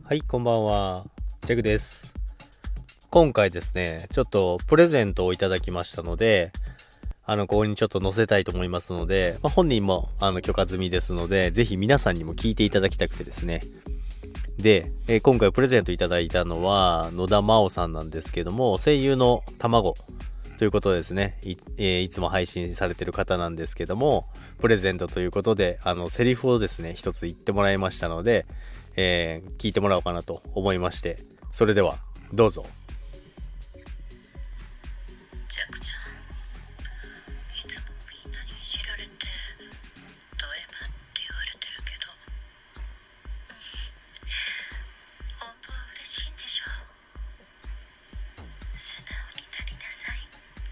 はい、こんばんは。ジャグです。今回ですね、ちょっとプレゼントをいただきましたので、ここにちょっと載せたいと思いますので、本人も、許可済みですので、ぜひ皆さんにも聞いていただきたくてですね。で、今回プレゼントいただいたのは、野田真央さんなんですけども、声優の卵ということですね。いつも配信されてる方なんですけども、プレゼントということで、セリフをですね、一つ言ってもらいましたので、聞いてもらおうかなと思いまして、それではどうぞ。 ジャクちゃん、いつもみんなにいじられてド M って言われてるけど、本当は嬉しいんでしょ。素直になりなさい。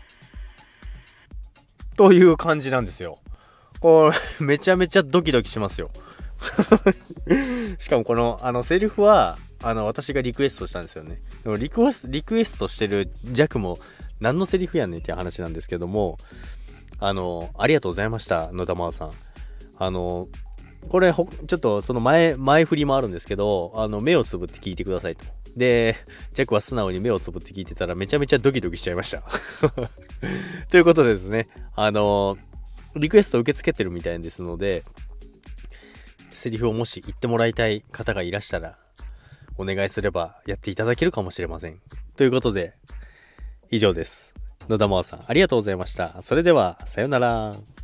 という感じなんですよ。これめちゃめちゃドキドキしますよ。しかもこのセリフは私がリクエストしたんですよね。でもリクエストしてるジャクも何のセリフやねんっていう話なんですけども、ありがとうございました、野田真央さん。これちょっとその前振りもあるんですけど、目をつぶって聞いてくださいと。で、ジャックは素直に目をつぶって聞いてたらめちゃめちゃドキドキしちゃいました。ということでですね、リクエスト受け付けてるみたいですので、セリフをもし言ってもらいたい方がいらしたら、お願いすればやっていただけるかもしれません。ということで、以上です。野田真央さん、ありがとうございました。それでは、さよなら。